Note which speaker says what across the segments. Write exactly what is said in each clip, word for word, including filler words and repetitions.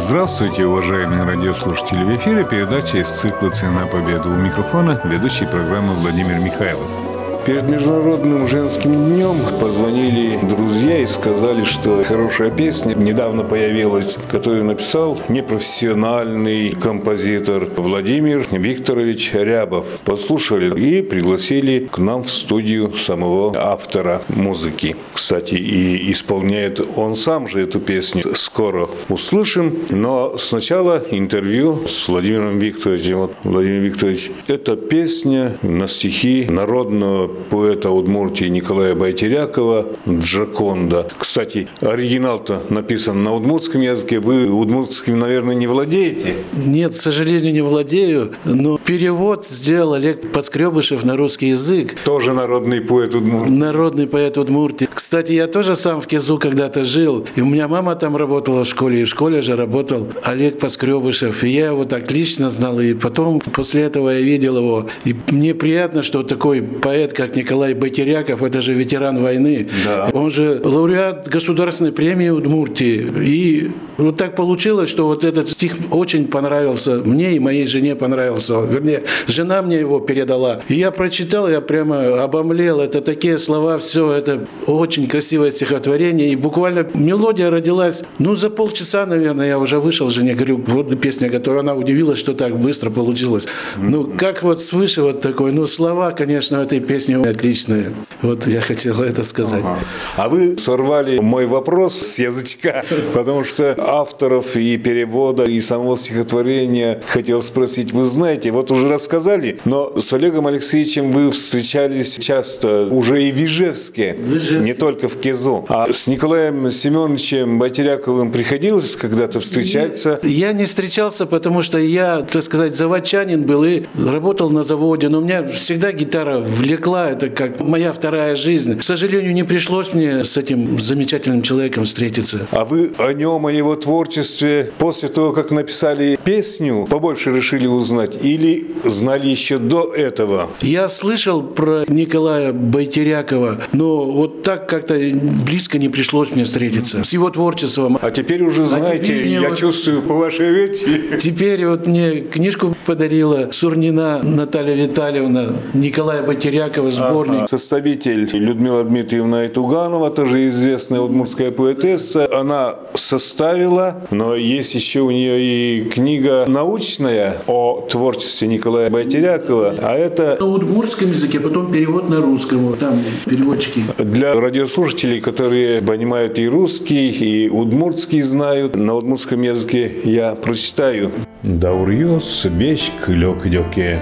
Speaker 1: Здравствуйте, уважаемые радиослушатели! В эфире передача из цикла «Цена победы». У микрофона ведущий программы Владимир Михайлов. Перед Международным женским днем позвонили друзья и сказали, что хорошая песня недавно появилась, которую написал непрофессиональный композитор Владимир Викторович Рябов. Послушали и пригласили к нам в студию самого автора музыки. Кстати, и исполняет он сам же эту песню. Скоро услышим, но сначала интервью с Владимиром Викторовичем. Вот, Владимир Викторович, эта песня на стихи народного поэта Удмуртии Николая Байтерякова «Джоконда». Кстати, оригинал-то написан на удмуртском языке. Вы удмуртским, наверное, не владеете?
Speaker 2: Нет, к сожалению, не владею. Но перевод сделал Олег Поскребышев на русский язык.
Speaker 1: Тоже народный поэт Удмуртии.
Speaker 2: Народный поэт Удмуртии. Кстати, я тоже сам в Кизу когда-то жил. И у меня мама там работала в школе. И в школе же работал Олег Поскребышев. И я его так лично знал. И потом, после этого я видел его. И мне приятно, что такой поэт, как Николай Байтеряков, это же ветеран войны. Да. Он же лауреат государственной премии Удмуртии. И вот так получилось, что вот этот стих очень понравился мне и моей жене понравился. Вернее, жена мне его передала. И я прочитал, я прямо обомлел. Это такие слова, все, это очень красивое стихотворение. И буквально мелодия родилась, ну, за полчаса, наверное, я уже вышел жене, говорю, вот песня готова. Она удивилась, что так быстро получилось. Ну, как вот свыше вот такой, ну, слова, конечно, этой песни отличные. Вот я хотел это сказать.
Speaker 1: Ага. А вы сорвали мой вопрос с язычка, потому что авторов и перевода, и самого стихотворения хотел спросить. Вы знаете, вот уже рассказали, но с Олегом Алексеевичем вы встречались часто уже и в Ижевске, в Ижевске. Не только в Кизу. А с Николаем Семеновичем Байтеряковым приходилось когда-то встречаться?
Speaker 2: Я не встречался, потому что я, так сказать, заводчанин был и работал на заводе, но у меня всегда гитара влекла. Это как моя вторая жизнь. К сожалению, не пришлось мне с этим замечательным человеком встретиться.
Speaker 1: А вы о нем, о его творчестве после того, как написали песню, побольше решили узнать или знали еще до этого?
Speaker 2: Я слышал про Николая Байтерякова, но вот так как-то близко не пришлось мне встретиться с его творчеством.
Speaker 1: А теперь уже знаете, а теперь я вот чувствую по вашей речи.
Speaker 2: Теперь вот мне книжку подарила Сурнина Наталья Витальевна, Николая Байтерякова, сборник.
Speaker 1: Ага. Составитель Людмила Дмитриевна Айтуганова, тоже известная удмуртская поэтесса, она составила, но есть еще у нее и книга научная о творчестве Николая Байтерякова, а это...
Speaker 2: На удмуртском языке, потом перевод на русском, там переводчики.
Speaker 1: Для радиослушателей, которые понимают и русский, и удмуртский знают, на удмуртском языке я прочитаю. Даурьос беш кылёк идёке.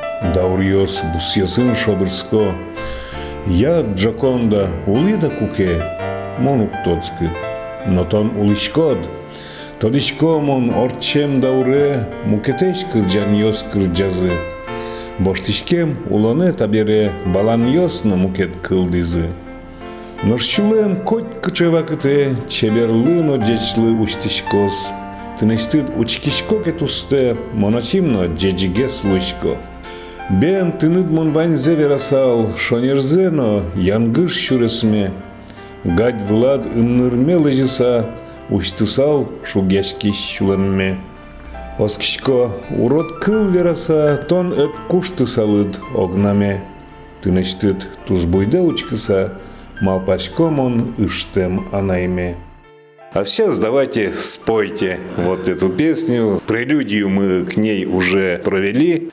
Speaker 1: Даурьос бусьясын шобырско. Я Джоконда улида куке. Монук тоцкы. Но тон уличкод. Тодичко мон орчем дауре. Мукетеш кырджаньос кырджазы. Боштишкем улоне табере. Баланьос на мукет кылдызы. Норщулем коть кычевакыте. Чеберлыно джечлы уштишкос. Тыныстыд учкишко кетусте. Моначимно джеджиге слышко. Бен тыныдмон ваньзе верасал, шонерзено янгыш шуресме. Гадь влад ымнырме лыжыса, уштысал шугешки шуленме. Оскишко урод кыл вераса, тон эт куштысалыд огнаме. Тыныштыд тузбуйда учкыса, малпачкомон ыштем анайме. А сейчас давайте спойте вот эту песню. Прелюдию мы к ней уже провели.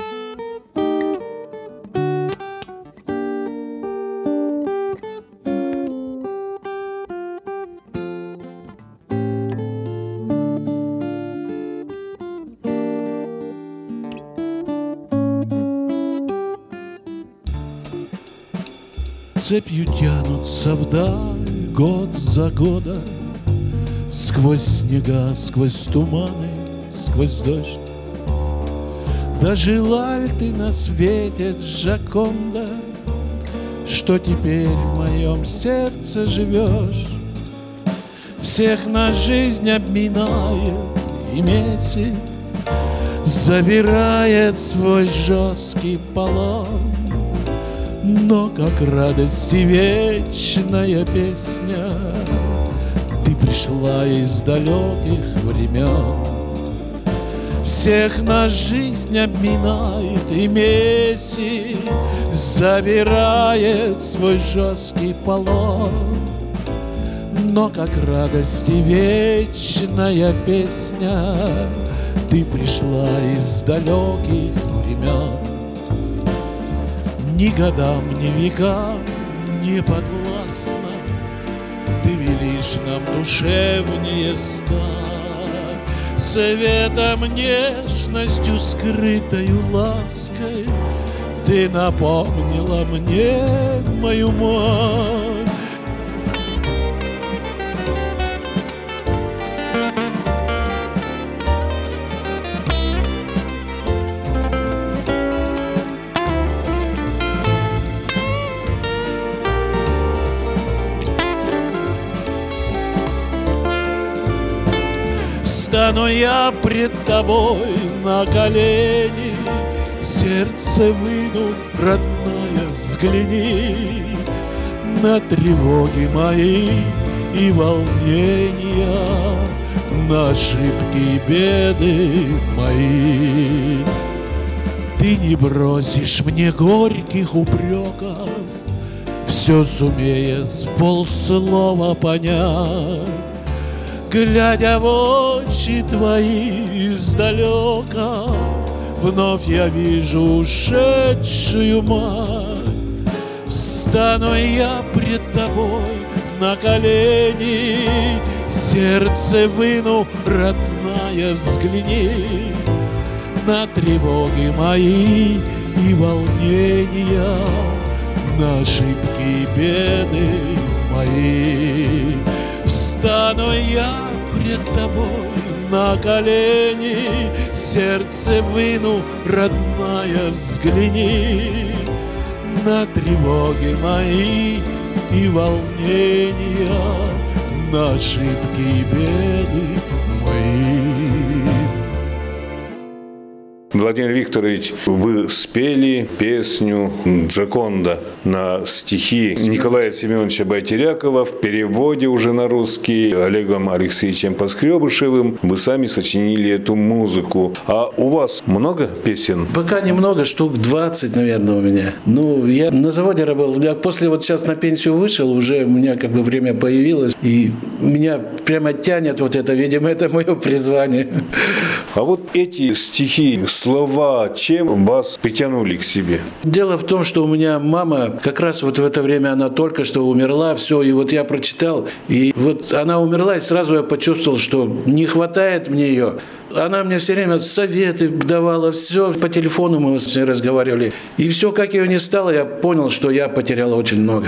Speaker 2: Цепью тянутся вдаль год за годом, сквозь снега, сквозь туманы, сквозь дождь. Дожила ль ты на свете, Джоконда, что теперь в моем сердце живешь? Всех на жизнь обминает и месяц забирает свой жесткий полон. Но как радость и вечная песня, ты Ты пришла из далеких времен, всех нас жизнь обминает и месяц забирает свой жесткий полон. Но как радость и вечная песня, ты пришла из далеких времен. Ни годам, ни векам не подвластна, ты велишь нам душевнее стать, светом, нежностью, скрытою лаской ты напомнила мне мою мать. Стану я пред тобой на колени, сердце выну, родная, взгляни на тревоги мои и волнения, на ошибки и беды мои. Ты не бросишь мне горьких упреков, все сумея с полслова понять. Глядя в очи твои издалека, вновь я вижу ушедшую мать. Стану я пред тобой на колени, сердце выну, родная, взгляни на тревоги мои и волнения, на ошибки и беды мои. Встану я пред тобой на колени, сердце выну, родная, взгляни на тревоги мои и волнения, на ошибки и беды мои.
Speaker 1: Владимир Викторович, вы спели песню «Джоконда» на стихи Николая Семеновича Байтерякова в переводе уже на русский Олегом Алексеевичем Поскребышевым. Вы сами сочинили эту музыку. А у вас много песен?
Speaker 2: Пока немного, штук двадцать, наверное, у меня. Ну, я на заводе работал. Я после вот сейчас на пенсию вышел, уже у меня как бы время появилось. И меня прямо тянет вот это, видимо, это мое призвание.
Speaker 1: А вот эти стихи, слова, чем вас притянули к себе?
Speaker 2: Дело в том, что у меня мама, как раз вот в это время она только что умерла, все, и вот я прочитал, и вот она умерла, и сразу я почувствовал, что не хватает мне ее. Она мне все время советы давала, все, по телефону мы с ней разговаривали. И все, как ее не стало, я понял, что я потерял очень много.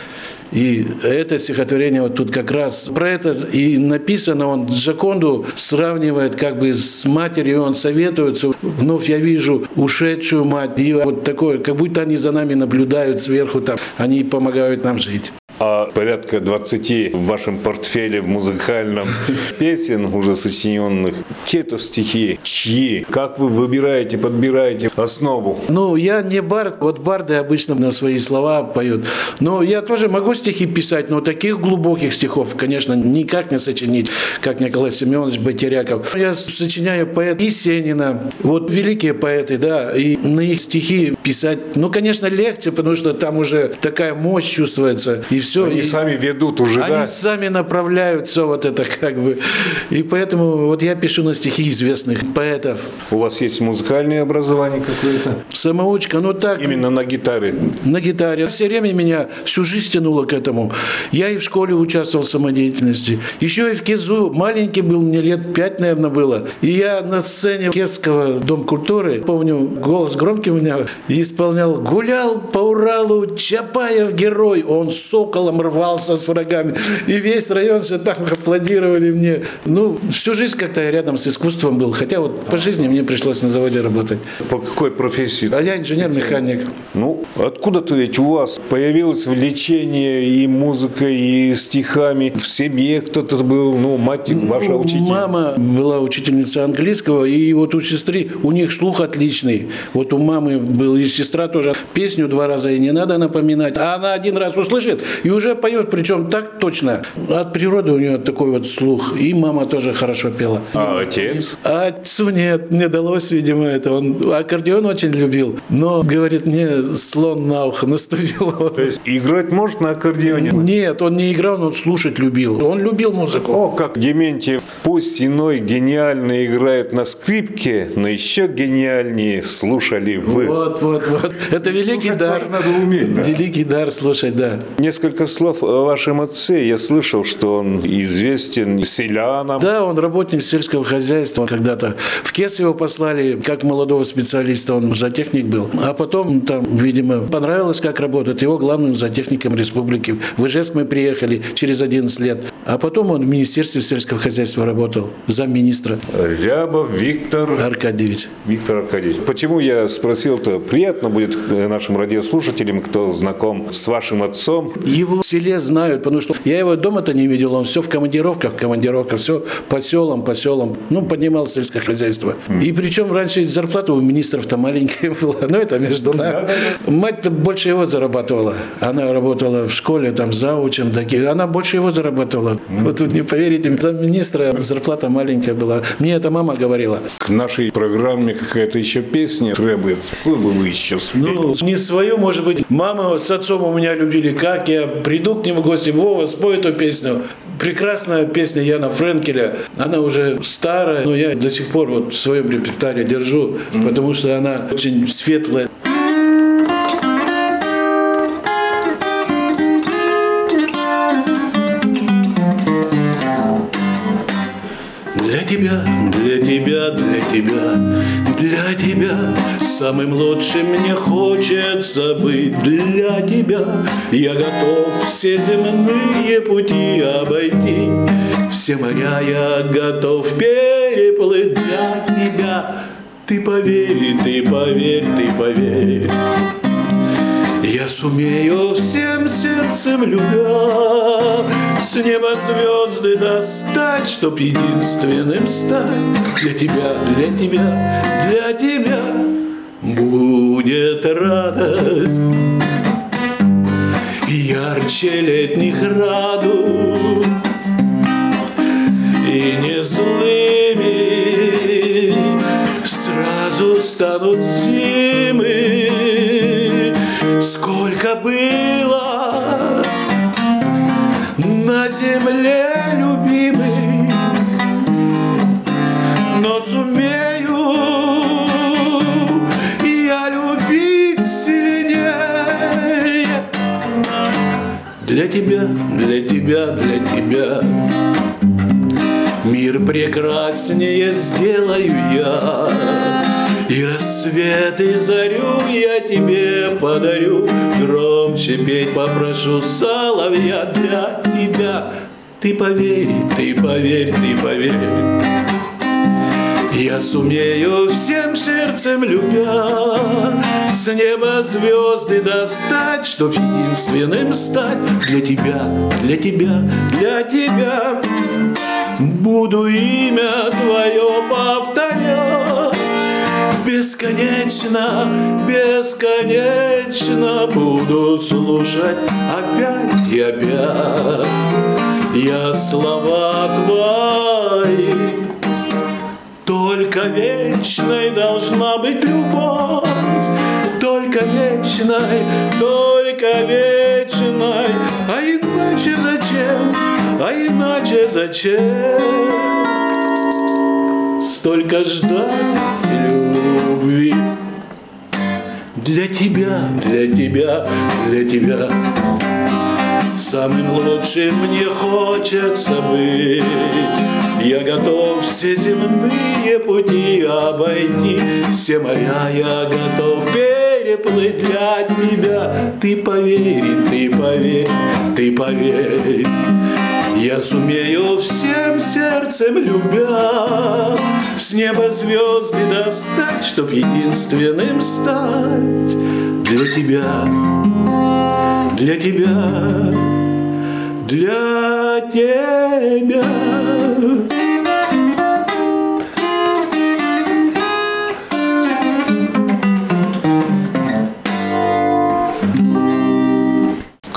Speaker 2: И это стихотворение вот тут как раз про это и написано. Он Джоконду сравнивает как бы с матерью, он советуется. Вновь я вижу ушедшую мать. И вот такое, как будто они за нами наблюдают сверху, там, они помогают нам жить.
Speaker 1: А порядка двадцати в вашем портфеле в музыкальном песен, уже сочиненных, те то стихи, чьи? Как вы выбираете, подбираете основу?
Speaker 2: Ну, я не бард. Вот барды обычно на свои слова поют. Но я тоже могу стихи писать, но таких глубоких стихов, конечно, никак не сочинить, как Николай Семенович Байтеряков. Я сочиняю поэт Есенина, вот великие поэты, да, и на их стихи писать, ну, конечно, легче, потому что там уже такая мощь чувствуется, и все.
Speaker 1: Они
Speaker 2: и
Speaker 1: сами ведут уже,
Speaker 2: они
Speaker 1: да?
Speaker 2: Они сами направляют все вот это как бы. И поэтому вот я пишу на стихи известных поэтов.
Speaker 1: У вас есть музыкальное образование какое-то?
Speaker 2: Самоучка, ну так.
Speaker 1: Именно на гитаре?
Speaker 2: На гитаре. Все время меня всю жизнь тянуло к этому. Я и в школе участвовал в самодеятельности. Еще и в КИЗУ. Маленький был, мне лет пять, наверное, было. И я на сцене Кесского Дом культуры, помню, голос громкий у меня, исполнял «Гулял по Уралу Чапаев герой, он соколом рвался с врагами». И весь район все там аплодировали мне. Ну, всю жизнь как-то я рядом с искусством был. Хотя вот по жизни мне пришлось на заводе работать.
Speaker 1: По какой профессии?
Speaker 2: А я инженер-механик.
Speaker 1: Ну, откуда-то ведь у вас появилось влечение и музыкой, и стихами? В семье кто-то был, ну, мать ваша
Speaker 2: ну,
Speaker 1: учитель.
Speaker 2: Мама была учительница английского, и вот у сестры, у них слух отличный. Вот у мамы был, и сестра тоже. Песню два раза ей не надо напоминать. А она один раз услышит, И уже поет, причем так точно. От природы у нее такой вот слух. И мама тоже хорошо пела.
Speaker 1: А отец?
Speaker 2: А отцу нет, не далось, видимо, это. Он аккордеон очень любил, но, говорит, мне слон на ухо наступил.
Speaker 1: То есть играть может на аккордеоне?
Speaker 2: Нет, он не играл, но он слушать любил. Он любил музыку.
Speaker 1: О, как Дементьев, пусть иной гениально играет на скрипке, но еще гениальнее слушали вы.
Speaker 2: Вот, вот, вот. Это великий
Speaker 1: Слушать
Speaker 2: дар.
Speaker 1: тоже надо уметь, да.
Speaker 2: Великий дар слушать, да.
Speaker 1: Несколько слов о вашем отце. Я слышал, что он известен селянам.
Speaker 2: Да, он работник сельского хозяйства. Он когда-то в Кец его послали, как молодого специалиста, он зоотехник был. А потом там, видимо, понравилось, как работает. Его главным зоотехником республики. В Ижевск мы приехали через одиннадцать лет. А потом он в Министерстве сельского хозяйства работал, замминистра.
Speaker 1: Рябов Виктор
Speaker 2: Аркадьевич.
Speaker 1: Виктор Аркадьевич. Почему я спросил-то? Приятно будет нашим радиослушателям, кто знаком с вашим отцом.
Speaker 2: Его в селе знают, потому что я его дома-то не видел. Он все в командировках, командировках, все по селам, по селам. Ну, поднимал сельское хозяйство. Mm. И причем раньше зарплата у министров-то маленькая была. Ну, это между нами. Мать-то больше его зарабатывала. Она работала в школе, там, заучем. Такие. Она больше его зарабатывала. Mm. Вот тут не поверите, замминистра зарплата маленькая была. Мне это мама говорила.
Speaker 1: К нашей программе какая-то еще песня требует. Какую бы вы еще спели?
Speaker 2: Ну, не свою, может быть. Мама с отцом у меня любили. Как я приду к ним в гости, Вова, спой эту песню. Прекрасная песня Яна Френкеля. Она уже старая, но я до сих пор вот в своем репертуаре держу, mm. потому что она очень светлая. Для тебя, для тебя, для тебя, для тебя самым лучшим мне хочется быть. Для тебя я готов все земные пути обойти, все моря я готов переплыть для тебя. Ты поверь, ты поверь, ты поверь, я сумею всем сердцем любя с неба звезды достать, чтоб единственным стать. Для тебя, для тебя, для тебя будет радость ярче летних радуг, и не злыми сразу станут зимы. Сколько было на земле любимых, но сумею я любить сильнее. Для тебя, для тебя, для тебя мир прекраснее сделаю я, и рассвет и зарю я тебе подарю. Громче петь попрошу соловья для тебя. Ты поверь, ты поверь, ты поверь, я сумею всем сердцем любя с неба звезды достать, чтоб единственным стать. Для тебя, для тебя, для тебя буду имя твое повторять. Бесконечно, бесконечно буду слушать опять и опять я слова твои. Только вечной должна быть любовь, только вечной, только вечной. А иначе зачем, а иначе зачем столько ждать любви? Для тебя, для тебя, для тебя самым лучшим мне хочется быть. Я готов все земные пути обойти, все моря я готов переплыть для тебя. Ты поверь, ты поверь, ты поверь, я сумею всем сердцем любя с неба звезды достать, чтоб единственным стать. Для тебя, для тебя, для тебя.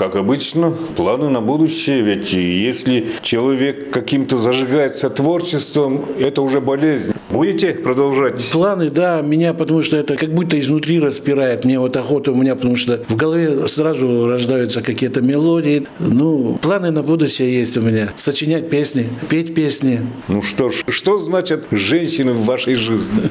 Speaker 1: как обычно, планы на будущее. Ведь если человек каким-то зажигается творчеством, это уже болезнь. Будете продолжать?
Speaker 2: Планы, да, меня, потому что это как будто изнутри распирает. Мне вот охота у меня, потому что в голове сразу рождаются какие-то мелодии. Ну, планы на будущее есть у меня. Сочинять песни, петь песни.
Speaker 1: Ну что ж, что значит женщины в вашей жизни?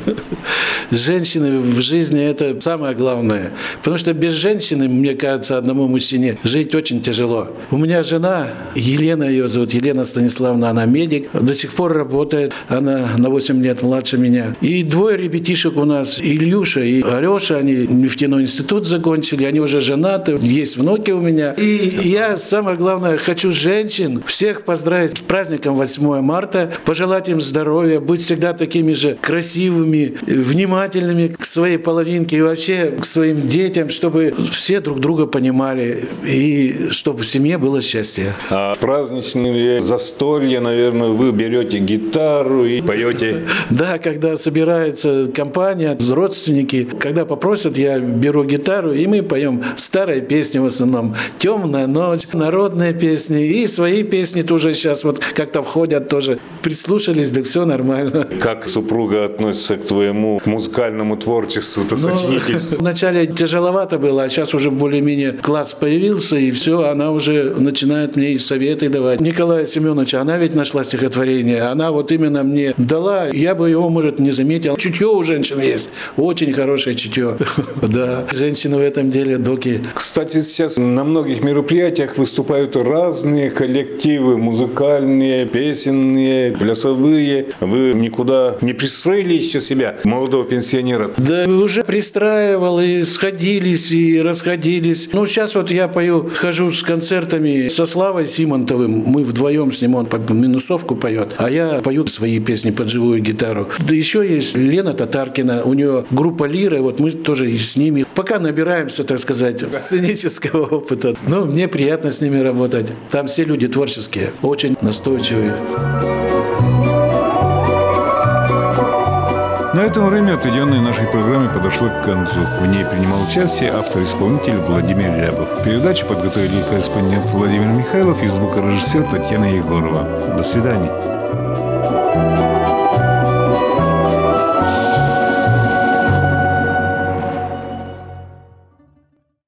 Speaker 2: Женщины в жизни – это самое главное. Потому что без женщины, мне кажется, одному мужчине жить очень тяжело. У меня жена, Елена ее зовут, Елена Станиславовна, она медик, до сих пор работает, она на восемь лет младше меня. И двое ребятишек у нас, Ильюша и Алеша, они нефтяной институт закончили, они уже женаты, есть внуки у меня. И я, самое главное, хочу женщин всех поздравить с праздником восьмое марта, пожелать им здоровья, быть всегда такими же красивыми, внимательными к своей половинке и вообще к своим детям, чтобы все друг друга понимали и чтобы в семье было счастье.
Speaker 1: А праздничные застолья, наверное, вы берете гитару и поете?
Speaker 2: Да, когда собирается компания, родственники, когда попросят, я беру гитару, и мы поем старые песни в основном. «Темная ночь», народные песни и свои песни тоже сейчас вот как-то входят тоже. Прислушались, да все нормально.
Speaker 1: Как супруга относится к твоему музыкальному творчеству-то,
Speaker 2: Ну,
Speaker 1: сочинительству?
Speaker 2: вначале тяжеловато было, а сейчас уже более-менее класс появился, и все, она уже начинает мне и советы давать. Николая Семеновича, она ведь нашла стихотворение, она вот именно мне дала, я бы его, может, не заметил. Чутье у женщин есть, очень хорошее чутье. Да, женщины в этом деле доки.
Speaker 1: Кстати, сейчас на многих мероприятиях выступают разные коллективы, музыкальные, песенные, плясовые. Вы никуда не пристроили еще себя, молодого пенсионера?
Speaker 2: Да, уже пристраивал, и сходились, и расходились. Ну, сейчас вот я пою, хожу с концертами со Славой Симонтовым. Мы вдвоем с ним, он под минусовку поет, а я пою свои песни под живую гитару. Да еще есть Лена Татаркина, у нее группа «Лира», вот мы тоже и с ними. Пока набираемся, так сказать, сценического опыта. Ну, мне приятно с ними работать. Там все люди творческие, очень настойчивые.
Speaker 1: На этом время, отведенное нашей программе, подошло к концу. В ней принимал участие автор-исполнитель Владимир Рябов. Передачу подготовили корреспондент Владимир Михайлов и звукорежиссер Татьяна Егорова. До свидания.